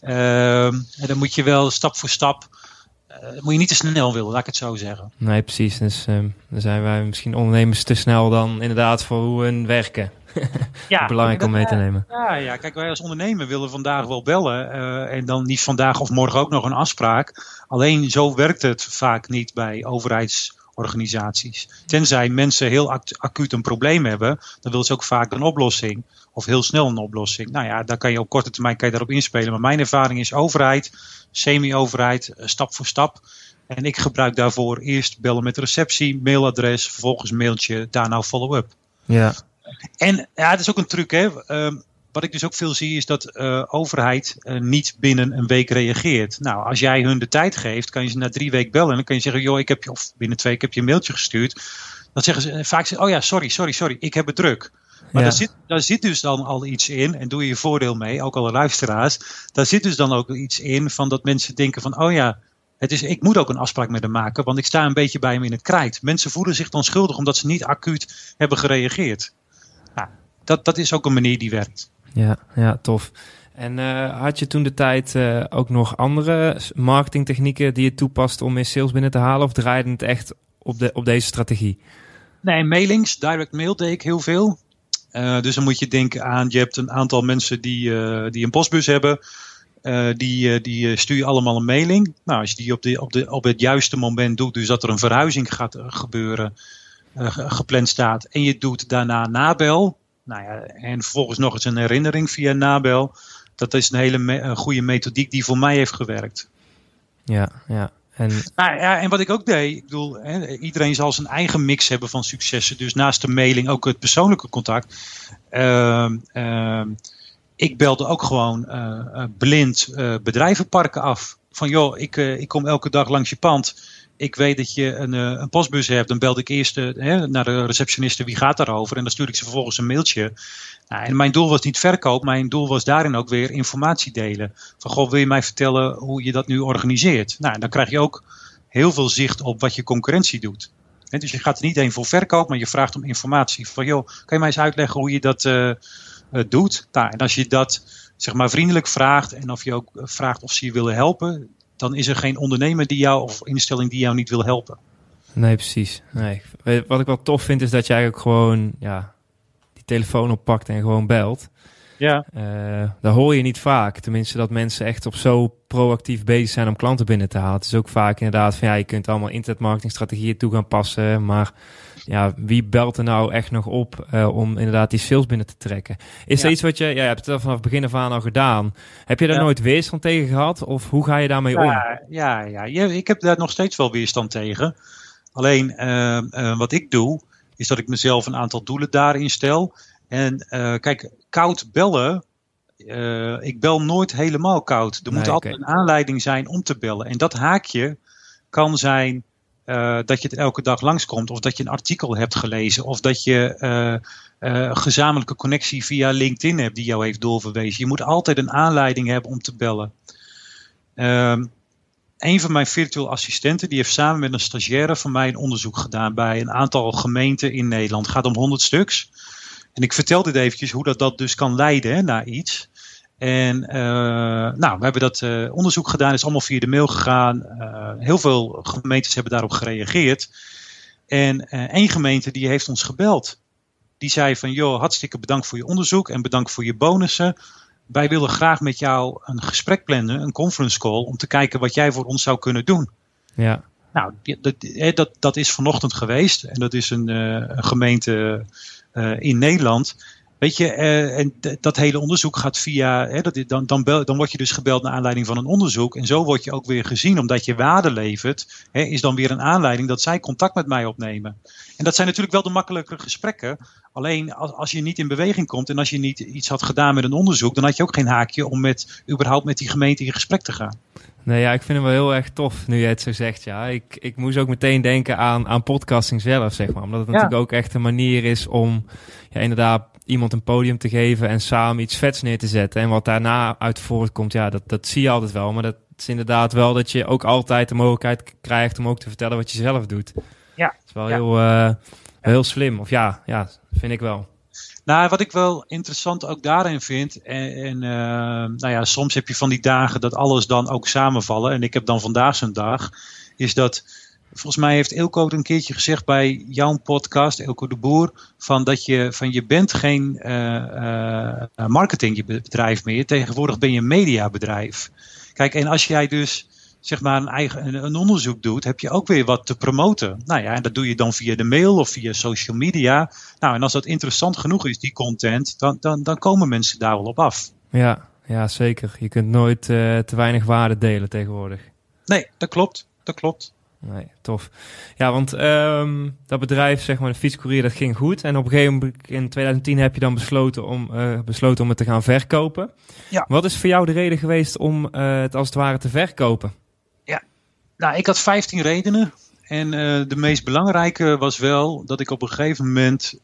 dan moet je wel stap voor stap... moet je niet te snel willen, laat ik het zo zeggen. Nee, precies. Dus dan zijn wij misschien ondernemers te snel dan inderdaad voor hoe we werken. Ja, belangrijk om mee te nemen. Ja, kijk, wij als ondernemer willen vandaag wel bellen. En dan niet vandaag of morgen ook nog een afspraak. Alleen zo werkt het vaak niet bij overheidsorganisaties. Tenzij mensen heel acuut een probleem hebben, dan willen ze ook vaak een oplossing. Of heel snel een oplossing. Nou ja, daar kan je op korte termijn daarop inspelen. Maar mijn ervaring is overheid, semi-overheid, stap voor stap. En ik gebruik daarvoor eerst bellen met de receptie, mailadres, vervolgens mailtje, daarna follow-up. Ja. En ja, het is ook een truc, hè. Wat ik dus ook veel zie is dat overheid niet binnen een week reageert. Nou, als jij hun de tijd geeft, kan je ze na 3 weken bellen. En dan kan je zeggen, joh, of binnen 2 weken heb je een mailtje gestuurd. Dan zeggen ze vaak, oh ja, sorry, ik heb het druk. Maar daar zit dus dan al iets in, en doe je voordeel mee, ook alle luisteraars. Daar zit dus dan ook iets in van dat mensen denken van, oh ja, ik moet ook een afspraak met hem maken, want ik sta een beetje bij hem in het krijt. Mensen voelen zich dan schuldig omdat ze niet acuut hebben gereageerd. Nou, dat is ook een manier die werkt. Ja, tof. En had je toen de tijd ook nog andere marketingtechnieken die je toepast om meer sales binnen te halen? Of draaide het echt op deze strategie? Nee, mailings, direct mail deed ik heel veel. Dus dan moet je denken aan, je hebt een aantal mensen die een postbus hebben. Die stuur je allemaal een mailing. Nou, als je die op het juiste moment doet, dus dat er een verhuizing gaat gebeuren, gepland staat. En je doet daarna nabel. Nou ja, en vervolgens nog eens een herinnering via nabel. Dat is een hele goede methodiek die voor mij heeft gewerkt. Ja. En wat ik ook deed, ik bedoel, iedereen zal zijn eigen mix hebben van successen. Dus naast de mailing ook het persoonlijke contact. Ik belde ook gewoon blind bedrijvenparken af. Van joh, ik kom elke dag langs je pand. Ik weet dat je een postbus hebt. Dan belde ik eerst naar de receptioniste, wie gaat daarover? En dan stuurde ik ze vervolgens een mailtje. Nou, en mijn doel was niet verkoop. Mijn doel was daarin ook weer informatie delen. Van goh, wil je mij vertellen hoe je dat nu organiseert? Nou, en dan krijg je ook heel veel zicht op wat je concurrentie doet. Dus je gaat er niet heen voor verkoop, maar je vraagt om informatie. Van joh, kan je mij eens uitleggen hoe je dat doet? Nou, en als je dat zeg maar vriendelijk vraagt en of je ook vraagt of ze je willen helpen, dan is er geen ondernemer die jou of instelling die jou niet wil helpen. Nee, precies. Nee. Wat ik wel tof vind is dat je eigenlijk gewoon die telefoon oppakt en gewoon belt. Ja. Dat hoor je niet vaak. Tenminste dat mensen echt op zo proactief bezig zijn om klanten binnen te halen. Het is ook vaak inderdaad van je kunt allemaal internetmarketingstrategieën toe gaan passen. Maar wie belt er nou echt nog op om inderdaad die sales binnen te trekken? Is er iets wat je hebt het vanaf het begin af aan al gedaan. Heb je daar nooit weerstand tegen gehad? Of hoe ga je daarmee om? Ja, ik heb daar nog steeds wel weerstand tegen. Alleen wat ik doe, is dat ik mezelf een aantal doelen daarin stel. En kijk, koud bellen, ik bel nooit helemaal koud. Er moet altijd een aanleiding zijn om te bellen. En dat haakje kan zijn dat je het elke dag langskomt. Of dat je een artikel hebt gelezen. Of dat je gezamenlijke connectie via LinkedIn hebt die jou heeft doorverwezen. Je moet altijd een aanleiding hebben om te bellen. Een van mijn virtual assistenten die heeft samen met een stagiaire van mij een onderzoek gedaan bij een aantal gemeenten in Nederland. Het gaat om 100 stuks. En ik vertelde dit eventjes hoe dat dus kan leiden naar iets. En we hebben dat onderzoek gedaan. Het is allemaal via de mail gegaan. Heel veel gemeentes hebben daarop gereageerd. En één gemeente die heeft ons gebeld. Die zei van joh, hartstikke bedankt voor je onderzoek en bedankt voor je bonussen. Wij willen graag met jou een gesprek plannen, een conference call, om te kijken wat jij voor ons zou kunnen doen. Ja. Nou, dat is vanochtend geweest. En dat is een gemeente in Nederland. Weet je, en dat hele onderzoek gaat via, dan word je dus gebeld naar aanleiding van een onderzoek. En zo word je ook weer gezien, omdat je waarde levert, is dan weer een aanleiding dat zij contact met mij opnemen. En dat zijn natuurlijk wel de makkelijkere gesprekken. Alleen als je niet in beweging komt en als je niet iets had gedaan met een onderzoek, dan had je ook geen haakje om überhaupt met die gemeente in gesprek te gaan. Nee, ja, ik vind het wel heel erg tof nu je het zo zegt. Ja. Ik moest ook meteen denken aan podcasting zelf, zeg maar. Omdat het natuurlijk ook echt een manier is om inderdaad iemand een podium te geven en samen iets vets neer te zetten. En wat daarna uit voortkomt, dat zie je altijd wel. Maar dat is inderdaad wel dat je ook altijd de mogelijkheid krijgt om ook te vertellen wat je zelf doet. Ja. Dat is wel heel slim. Of ja, vind ik wel. Nou, wat ik wel interessant ook daarin vind, soms heb je van die dagen dat alles dan ook samenvallen. En ik heb dan vandaag zo'n dag, is dat, volgens mij heeft Eelco het een keertje gezegd bij jouw podcast, Eelco de Boer, dat je bent geen marketingbedrijf meer. Tegenwoordig ben je een mediabedrijf. Kijk, en als jij dus zeg maar een onderzoek doet, heb je ook weer wat te promoten. Nou ja, en dat doe je dan via de mail of via social media. Nou, en als dat interessant genoeg is, die content, dan komen mensen daar wel op af. Ja, zeker. Je kunt nooit te weinig waarde delen tegenwoordig. Nee, dat klopt. Nee, tof. Ja, want dat bedrijf, zeg maar, de Fietscourier, dat ging goed. En op een gegeven moment in 2010 heb je dan besloten om het te gaan verkopen. Ja. Wat is voor jou de reden geweest om het als het ware te verkopen? Ja, nou, ik had 15 redenen. En de meest belangrijke was wel dat ik op een gegeven moment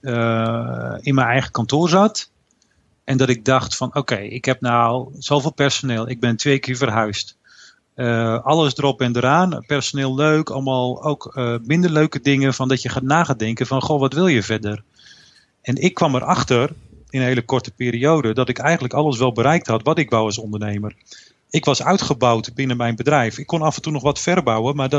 in mijn eigen kantoor zat. En dat ik dacht van oké, ik heb nou zoveel personeel. Ik ben 2 keer verhuisd. Alles erop en eraan. Personeel leuk. Allemaal ook minder leuke dingen. Van dat je gaat nadenken van goh, wat wil je verder? En ik kwam erachter in een hele korte periode dat ik eigenlijk alles wel bereikt had wat ik wou als ondernemer. Ik was uitgebouwd binnen mijn bedrijf. Ik kon af en toe nog wat verbouwen, maar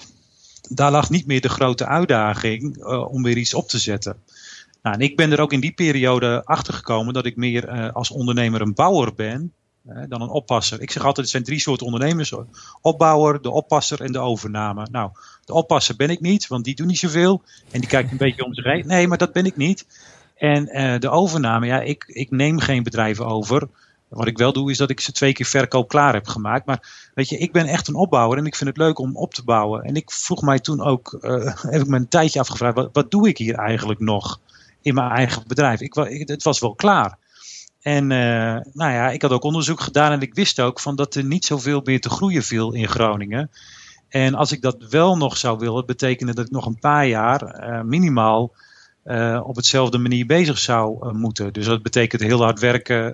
daar lag niet meer de grote uitdaging om weer iets op te zetten. Nou, en ik ben er ook in die periode achter gekomen dat ik meer als ondernemer een bouwer ben dan een oppasser. Ik zeg altijd, er zijn 3 soorten ondernemers. Opbouwer, de oppasser en de overname. Nou, de oppasser ben ik niet, want die doet niet zoveel. En die kijkt een beetje om zich heen. Nee, maar dat ben ik niet. En de overname, ja, ik neem geen bedrijven over. Wat ik wel doe, is dat ik ze 2 keer verkoop klaar heb gemaakt. Maar weet je, ik ben echt een opbouwer en ik vind het leuk om op te bouwen. En ik vroeg mij toen ook, heb ik me een tijdje afgevraagd, wat doe ik hier eigenlijk nog in mijn eigen bedrijf? Het was wel klaar. En ik had ook onderzoek gedaan en ik wist ook van dat er niet zoveel meer te groeien viel in Groningen. En als ik dat wel nog zou willen, betekende dat ik nog een paar jaar minimaal op hetzelfde manier bezig zou moeten. Dus dat betekent heel hard werken.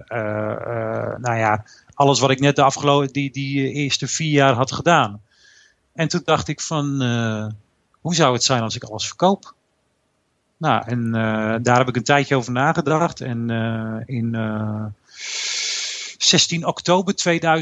Alles wat ik net die eerste 4 jaar had gedaan. En toen dacht ik van, hoe zou het zijn als ik alles verkoop? Nou, en daar heb ik een tijdje over nagedacht. En in 16 oktober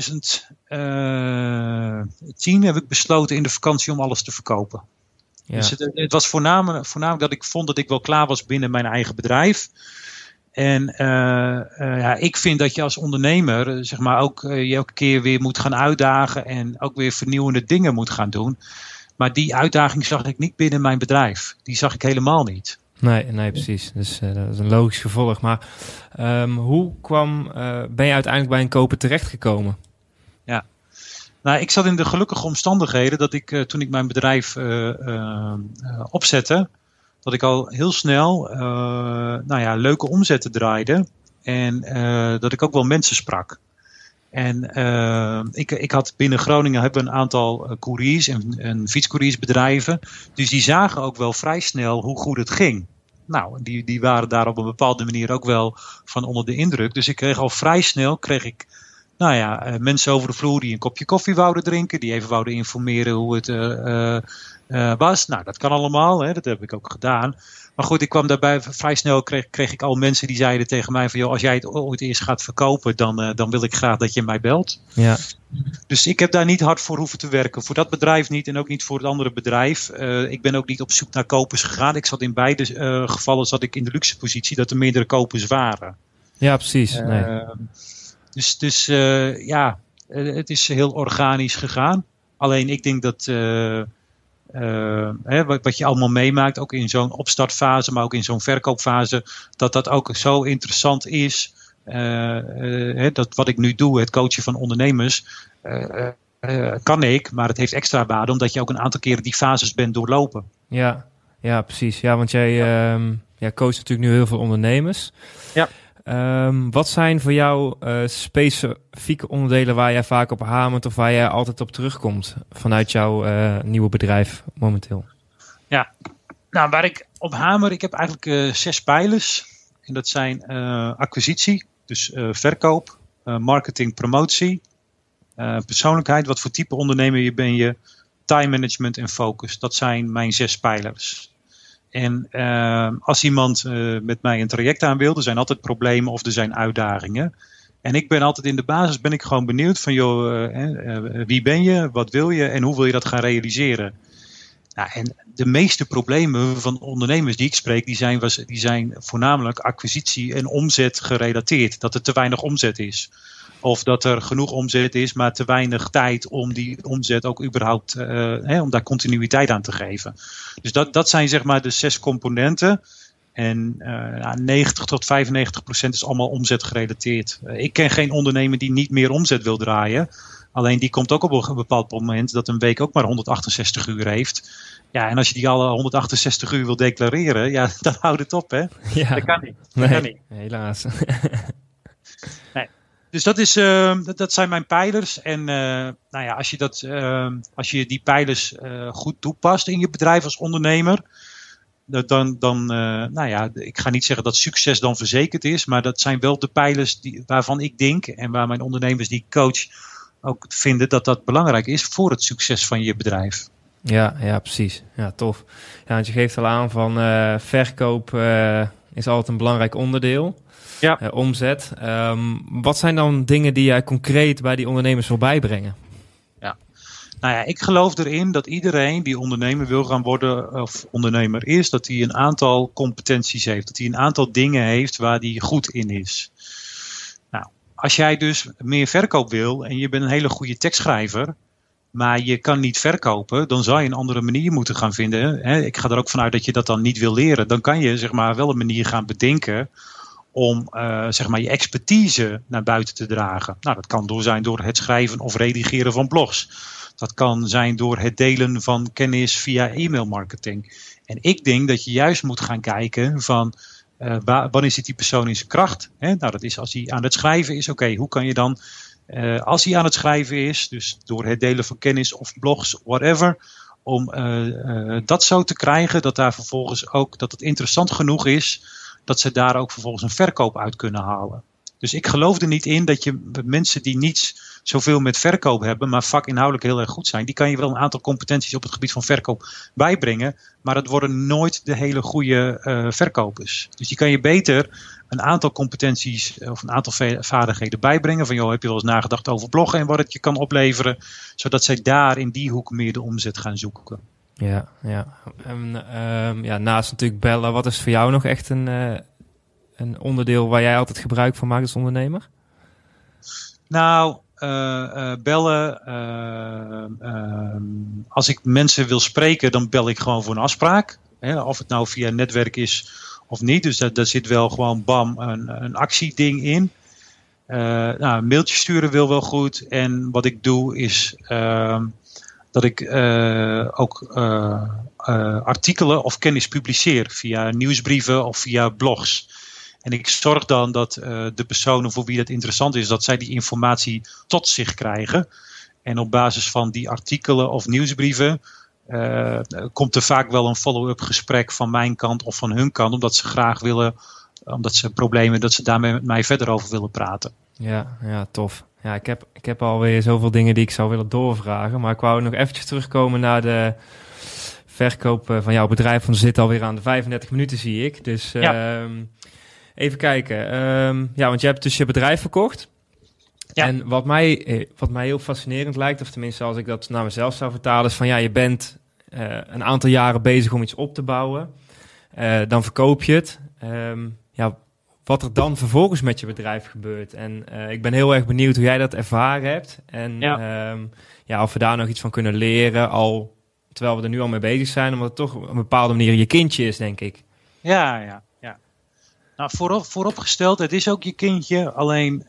2010 heb ik besloten in de vakantie om alles te verkopen. Ja. Dus het was voornamelijk dat ik vond dat ik wel klaar was binnen mijn eigen bedrijf. En ik vind dat je als ondernemer zeg maar ook je elke keer weer moet gaan uitdagen en ook weer vernieuwende dingen moet gaan doen. Maar die uitdaging zag ik niet binnen mijn bedrijf. Die zag ik helemaal niet. Nee, precies. Dus dat is een logisch gevolg. Maar hoe ben je uiteindelijk bij een koper terechtgekomen? Ja. Nou, ik zat in de gelukkige omstandigheden dat ik toen ik mijn bedrijf opzette, dat ik al heel snel leuke omzetten draaide en dat ik ook wel mensen sprak. En ik had binnen Groningen hebben we een aantal couriers en fietscouriersbedrijven, dus die zagen ook wel vrij snel hoe goed het ging. Nou, die waren daar op een bepaalde manier ook wel van onder de indruk. Dus ik kreeg al vrij snel mensen over de vloer die een kopje koffie wouden drinken. Die even wouden informeren hoe het was. Nou, dat kan allemaal. Hè, dat heb ik ook gedaan. Maar goed, ik kwam daarbij vrij snel. Kreeg ik al mensen die zeiden tegen mij van, joh, als jij het ooit eerst gaat verkopen, dan wil ik graag dat je mij belt. Ja. Dus ik heb daar niet hard voor hoeven te werken. Voor dat bedrijf niet en ook niet voor het andere bedrijf. Ik ben ook niet op zoek naar kopers gegaan. Ik zat in beide gevallen in de luxe positie dat er meerdere kopers waren. Ja, precies. Het is heel organisch gegaan. Alleen ik denk dat wat je allemaal meemaakt, ook in zo'n opstartfase, maar ook in zo'n verkoopfase, dat ook zo interessant is. Dat wat ik nu doe, het coachen van ondernemers, kan ik, maar het heeft extra waarde omdat je ook een aantal keren die fases bent doorlopen. Ja, precies. Ja, want jij coacht natuurlijk nu heel veel ondernemers. Ja. Wat zijn voor jou specifieke onderdelen waar jij vaak op hamert of waar jij altijd op terugkomt vanuit jouw nieuwe bedrijf momenteel? Ja, nou waar ik op hamer, ik heb eigenlijk 6 pijlers. En dat zijn acquisitie, dus verkoop, marketing, promotie, persoonlijkheid, wat voor type ondernemer ben je, time management en focus. Dat zijn mijn 6 pijlers. En als iemand met mij een traject aan wil, er zijn altijd problemen of er zijn uitdagingen. En ik ben altijd in de basis gewoon benieuwd van wie ben je, wat wil je en hoe wil je dat gaan realiseren. Nou, en de meeste problemen van ondernemers die ik spreek, die zijn voornamelijk acquisitie en omzet gerelateerd. Dat er te weinig omzet is. Of dat er genoeg omzet is, maar te weinig tijd om die omzet ook überhaupt, om daar continuïteit aan te geven. Dus dat zijn zeg maar de 6 componenten. En 90 tot 95% is allemaal omzet gerelateerd. Ik ken geen ondernemer die niet meer omzet wil draaien. Alleen die komt ook op een bepaald moment dat een week ook maar 168 uur heeft. Ja, en als je die alle 168 uur wil declareren, ja, dan houdt het op, hè? Ja. Dat kan niet. Dat kan niet. Helaas. Nee. Dus dat zijn mijn pijlers. En als je die pijlers goed toepast in je bedrijf als ondernemer, ik ga niet zeggen dat succes dan verzekerd is, maar dat zijn wel de pijlers waarvan ik denk en waar mijn ondernemers die ik coach ook vinden dat belangrijk is voor het succes van je bedrijf. Ja, precies. Ja, tof. Ja, want je geeft al aan van verkoop is altijd een belangrijk onderdeel. Ja. Omzet. Wat zijn dan dingen die jij concreet bij die ondernemers wil bijbrengen? Ja. Nou ja, ik geloof erin dat iedereen die ondernemer wil gaan worden of ondernemer is, dat hij een aantal competenties heeft. Dat hij een aantal dingen heeft waar hij goed in is. Nou, als jij dus meer verkoop wil en je bent een hele goede tekstschrijver, maar je kan niet verkopen, dan zou je een andere manier moeten gaan vinden. Hè? Ik ga er ook vanuit dat je dat dan niet wil leren. Dan kan je zeg maar wel een manier gaan bedenken om zeg maar je expertise naar buiten te dragen. Nou, dat kan zijn door het schrijven of redigeren van blogs. Dat kan zijn door het delen van kennis via e-mailmarketing. En ik denk dat je juist moet gaan kijken van wanneer zit die persoon in zijn kracht. Hè? Nou, dat is als hij aan het schrijven is. Oké, hoe kan je dan, als hij aan het schrijven is, dus door het delen van kennis of blogs, whatever, om dat zo te krijgen dat daar vervolgens ook, dat het interessant genoeg is, dat ze daar ook vervolgens een verkoop uit kunnen halen. Dus ik geloof er niet in dat je mensen die niet zoveel met verkoop hebben, maar vakinhoudelijk heel erg goed zijn, die kan je wel een aantal competenties op het gebied van verkoop bijbrengen, maar dat worden nooit de hele goede verkopers. Dus die kan je beter een aantal competenties of een aantal vaardigheden bijbrengen. Van heb je wel eens nagedacht over bloggen en wat het je kan opleveren, zodat zij daar in die hoek meer de omzet gaan zoeken. Ja. En naast natuurlijk bellen, wat is voor jou nog echt een onderdeel waar jij altijd gebruik van maakt als ondernemer? Nou, bellen. Als ik mensen wil spreken, dan bel ik gewoon voor een afspraak. Hè, of het nou via netwerk is of niet. Dus daar zit wel gewoon een actieding in. Een mailtje sturen wil wel goed. En wat ik doe is dat ik ook artikelen of kennis publiceer via nieuwsbrieven of via blogs. En ik zorg dan dat de personen voor wie dat interessant is, dat zij die informatie tot zich krijgen. En op basis van die artikelen of nieuwsbrieven komt er vaak wel een follow-up gesprek van mijn kant of van hun kant. Omdat ze graag willen, omdat ze problemen, dat ze daarmee met mij verder over willen praten. Ja, tof. Ja, ik heb alweer zoveel dingen die ik zou willen doorvragen. Maar ik wou nog eventjes terugkomen naar de verkoop van jouw bedrijf. Want we zitten alweer aan de 35 minuten, zie ik. Dus even kijken. Want je hebt dus je bedrijf verkocht. Ja. En wat mij heel fascinerend lijkt, of tenminste als ik dat naar mezelf zou vertalen, is van je bent een aantal jaren bezig om iets op te bouwen. Dan verkoop je het. Wat er dan vervolgens met je bedrijf gebeurt. En ik ben heel erg benieuwd hoe jij dat ervaren hebt. En of we daar nog iets van kunnen leren, al terwijl we er nu al mee bezig zijn, omdat het toch op een bepaalde manier je kindje is, denk ik. Ja. Nou, vooropgesteld, het is ook je kindje, alleen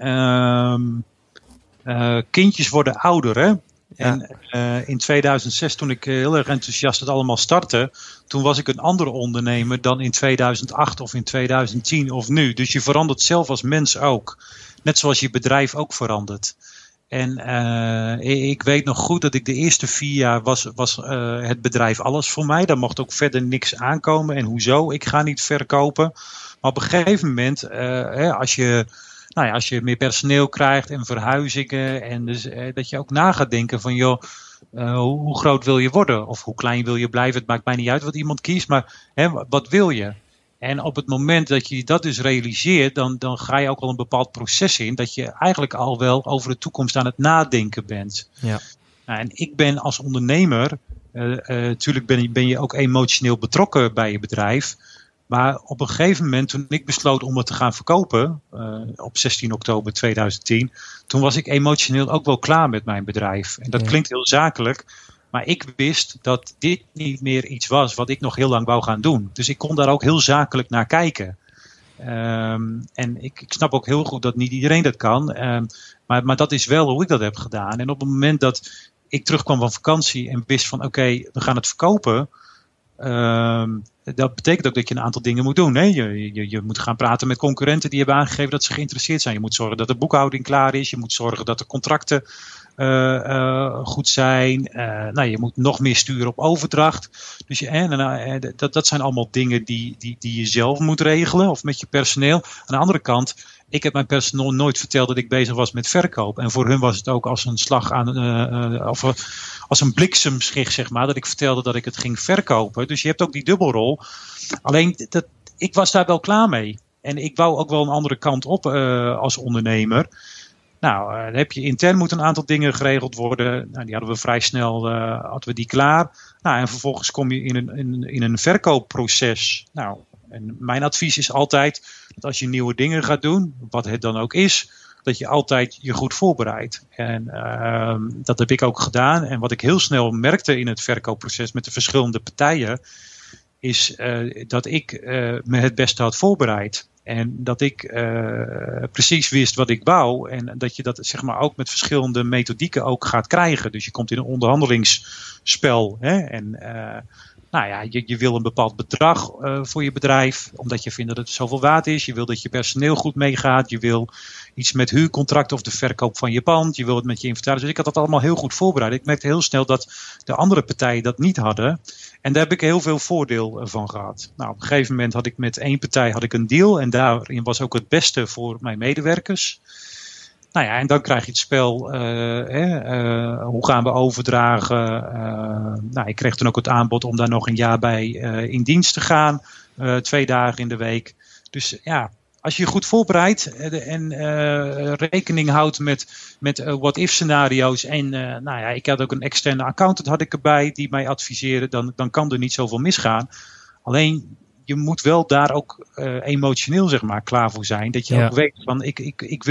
kindjes worden ouder, hè? Ja. En in 2006, toen ik heel erg enthousiast het allemaal startte, toen was ik een andere ondernemer dan in 2008 of in 2010 of nu. Dus je verandert zelf als mens ook. Net zoals je bedrijf ook verandert. En ik weet nog goed dat ik de eerste 4 jaar was het bedrijf alles voor mij. Daar mocht ook verder niks aankomen. En hoezo? Ik ga niet verkopen. Maar op een gegeven moment, als je meer personeel krijgt en verhuizingen. En dus, dat je ook na gaat denken van hoe groot wil je worden? Of hoe klein wil je blijven? Het maakt mij niet uit wat iemand kiest, maar wat wil je? En op het moment dat je dat dus realiseert, dan ga je ook al een bepaald proces in, dat je eigenlijk al wel over de toekomst aan het nadenken bent. Ja. Nou, en ik ben als ondernemer, natuurlijk ben je ook emotioneel betrokken bij je bedrijf. Maar op een gegeven moment, toen ik besloot om het te gaan verkopen, op 16 oktober 2010, toen was ik emotioneel ook wel klaar met mijn bedrijf. En dat klinkt heel zakelijk, maar ik wist dat dit niet meer iets was wat ik nog heel lang wou gaan doen. Dus ik kon daar ook heel zakelijk naar kijken. En ik snap ook heel goed dat niet iedereen dat kan. Maar dat is wel hoe ik dat heb gedaan. En op het moment dat ik terugkwam van vakantie en wist van oké, we gaan het verkopen. Dat betekent ook dat je een aantal dingen moet doen. Hè? Je moet gaan praten met concurrenten die hebben aangegeven dat ze geïnteresseerd zijn. Je moet zorgen dat de boekhouding klaar is. Je moet zorgen dat de contracten goed zijn. Je moet nog meer sturen op overdracht. Dus dat zijn allemaal dingen die je zelf moet regelen of met je personeel. Aan de andere kant, ik heb mijn personeel nooit verteld dat ik bezig was met verkoop. En voor hun was het ook als een slag aan, of als een bliksemschicht, zeg maar, dat ik vertelde dat ik het ging verkopen. Dus je hebt ook die dubbelrol. Alleen, ik was daar wel klaar mee. En ik wou ook wel een andere kant op als ondernemer. Nou, dan heb je intern moeten een aantal dingen geregeld worden. Nou, die hadden we vrij snel hadden we die klaar. Nou, en vervolgens kom je in een verkoopproces. Nou, en mijn advies is altijd dat als je nieuwe dingen gaat doen, wat het dan ook is, dat je altijd je goed voorbereidt. En dat heb ik ook gedaan. En wat ik heel snel merkte in het verkoopproces met de verschillende partijen, is dat ik me het beste had voorbereid. En dat ik precies wist wat ik wou. En dat je dat zeg maar ook met verschillende methodieken ook gaat krijgen. Dus je komt in een onderhandelingsspel. Hè? En je wil een bepaald bedrag voor je bedrijf. Omdat je vindt dat het zoveel waard is. Je wil dat je personeel goed meegaat. Je wil iets met huurcontract of de verkoop van je pand. Je wil het met je inventaris. Dus ik had dat allemaal heel goed voorbereid. Ik merkte heel snel dat de andere partijen dat niet hadden. En daar heb ik heel veel voordeel van gehad. Nou, op een gegeven moment had ik met één partij een deal. En daarin was ook het beste voor mijn medewerkers. Nou ja, en dan krijg je het spel. Hoe gaan we overdragen? Ik kreeg toen ook het aanbod om daar nog een jaar bij in dienst te gaan. 2 dagen in de week. Dus ja, als je je goed voorbereidt en rekening houdt met what-if scenario's. En ik had ook een externe accountant had ik erbij die mij adviseerde. Dan kan er niet zoveel misgaan. Alleen, je moet wel daar ook emotioneel zeg maar klaar voor zijn. Dat je ook weet van ik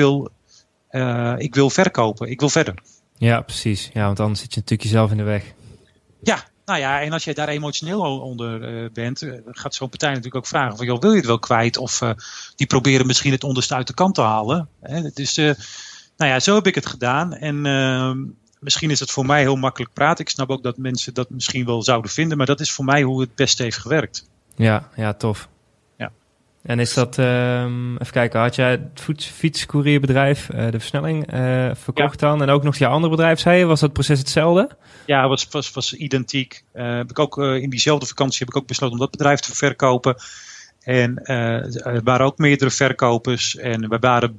wil verkopen. Ik wil verder. Ja, precies. Ja, want anders zit je natuurlijk jezelf in de weg. Ja. Nou ja, en als je daar emotioneel onder bent, gaat zo'n partij natuurlijk ook vragen van, joh, wil je het wel kwijt? Of die proberen misschien het onderste uit de kant te halen. Dus zo heb ik het gedaan. En misschien is het voor mij heel makkelijk praten. Ik snap ook dat mensen dat misschien wel zouden vinden, maar dat is voor mij hoe het beste heeft gewerkt. Ja, tof. Ja. En is dat, even kijken, had jij het fietscourierbedrijf, de versnelling, verkocht dan? En ook nog je andere bedrijf, zei je? Was dat proces hetzelfde? Ja, was identiek. Heb ik ook in diezelfde vakantie heb ik ook besloten om dat bedrijf te verkopen. En er waren ook meerdere verkopers. En we waren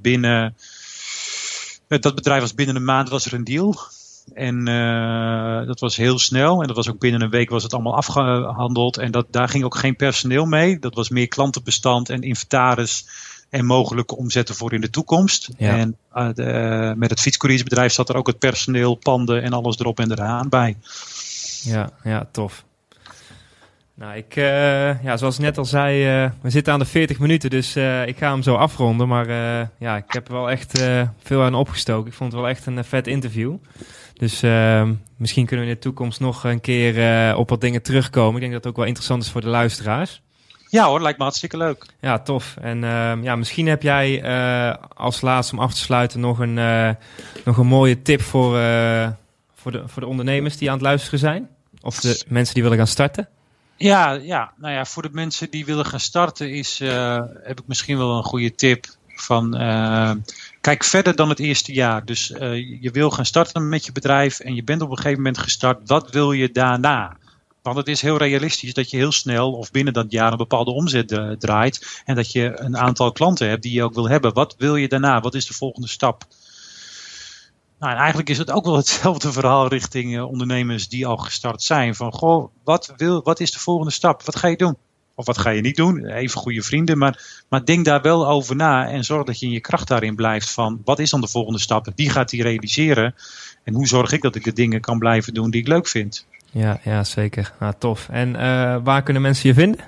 dat bedrijf was binnen een maand was er een deal. En dat was heel snel. En dat was ook binnen een week was het allemaal afgehandeld. En daar ging ook geen personeel mee. Dat was meer klantenbestand en inventaris. En mogelijke omzetten voor in de toekomst. Ja. En met het fietscouriersbedrijf zat er ook het personeel, panden en alles erop en eraan bij. Ja, tof. Nou, zoals ik net al zei, we zitten aan de 40 minuten, dus ik ga hem zo afronden. Maar ik heb er wel echt veel aan opgestoken. Ik vond het wel echt een vet interview. Dus misschien kunnen we in de toekomst nog een keer op wat dingen terugkomen. Ik denk dat het ook wel interessant is voor de luisteraars. Ja hoor, lijkt me hartstikke leuk. Ja, tof. En misschien heb jij als laatste om af te sluiten nog een mooie tip voor de ondernemers die aan het luisteren zijn. Of de mensen die willen gaan starten. Ja, voor de mensen die willen gaan starten heb ik misschien wel een goede tip van kijk verder dan het eerste jaar. Dus je wil gaan starten met je bedrijf en je bent op een gegeven moment gestart. Wat wil je daarna? Want het is heel realistisch dat je heel snel of binnen dat jaar een bepaalde omzet draait. En dat je een aantal klanten hebt die je ook wil hebben. Wat wil je daarna? Wat is de volgende stap? Nou, en eigenlijk is het ook wel hetzelfde verhaal richting ondernemers die al gestart zijn. Van, goh, wat is de volgende stap? Wat ga je doen? Of wat ga je niet doen? Even goede vrienden. Maar denk daar wel over na. En zorg dat je in je kracht daarin blijft. Van, wat is dan de volgende stap? Wie gaat die realiseren? En hoe zorg ik dat ik de dingen kan blijven doen die ik leuk vind? Ja, zeker. Nou, tof. En waar kunnen mensen je vinden?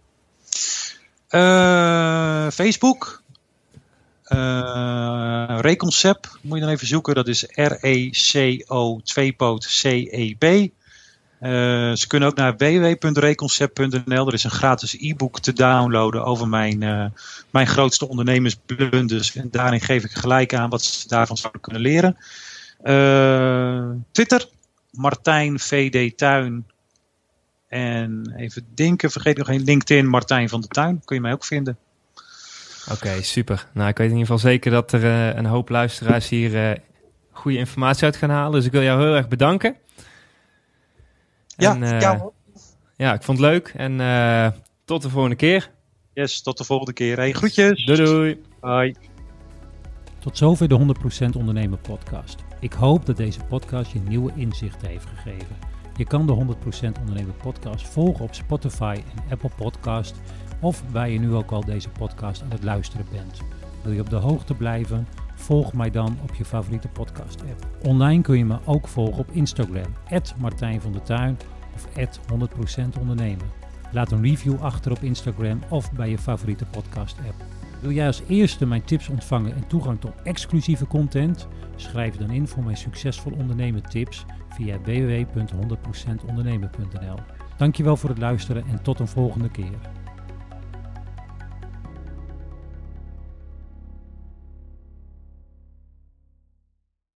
Facebook. Reconcept moet je dan even zoeken. Dat is RECO 2-poot-CEP. Ze kunnen ook naar www.reconcept.nl. Er is een gratis e-book te downloaden over mijn grootste ondernemersblunders. En daarin geef ik gelijk aan wat ze daarvan zouden kunnen leren. Twitter, Martijn VD Tuin. En even denken, vergeet nog geen LinkedIn, Martijn van de Tuin. Kun je mij ook vinden. Oké, super. Nou, ik weet in ieder geval zeker dat er een hoop luisteraars hier goede informatie uit gaan halen. Dus ik wil jou heel erg bedanken. Ja, ik vond het leuk. En tot de volgende keer. Yes, tot de volgende keer. Hey, groetjes. Doei. Bye. Tot zover de 100% Ondernemen podcast. Ik hoop dat deze podcast je nieuwe inzichten heeft gegeven. Je kan de 100% Ondernemen podcast volgen op Spotify en Apple Podcast of waar je nu ook al deze podcast aan het luisteren bent. Wil je op de hoogte blijven? Volg mij dan op je favoriete podcast app. Online kun je me ook volgen op Instagram, @Martijn van de Tuin of @100% Ondernemen. Laat een review achter op Instagram of bij je favoriete podcast app. Wil jij als eerste mijn tips ontvangen en toegang tot exclusieve content? Schrijf dan in voor mijn succesvol ondernemen tips via www.100%ondernemen.nl. Dankjewel voor het luisteren en tot een volgende keer.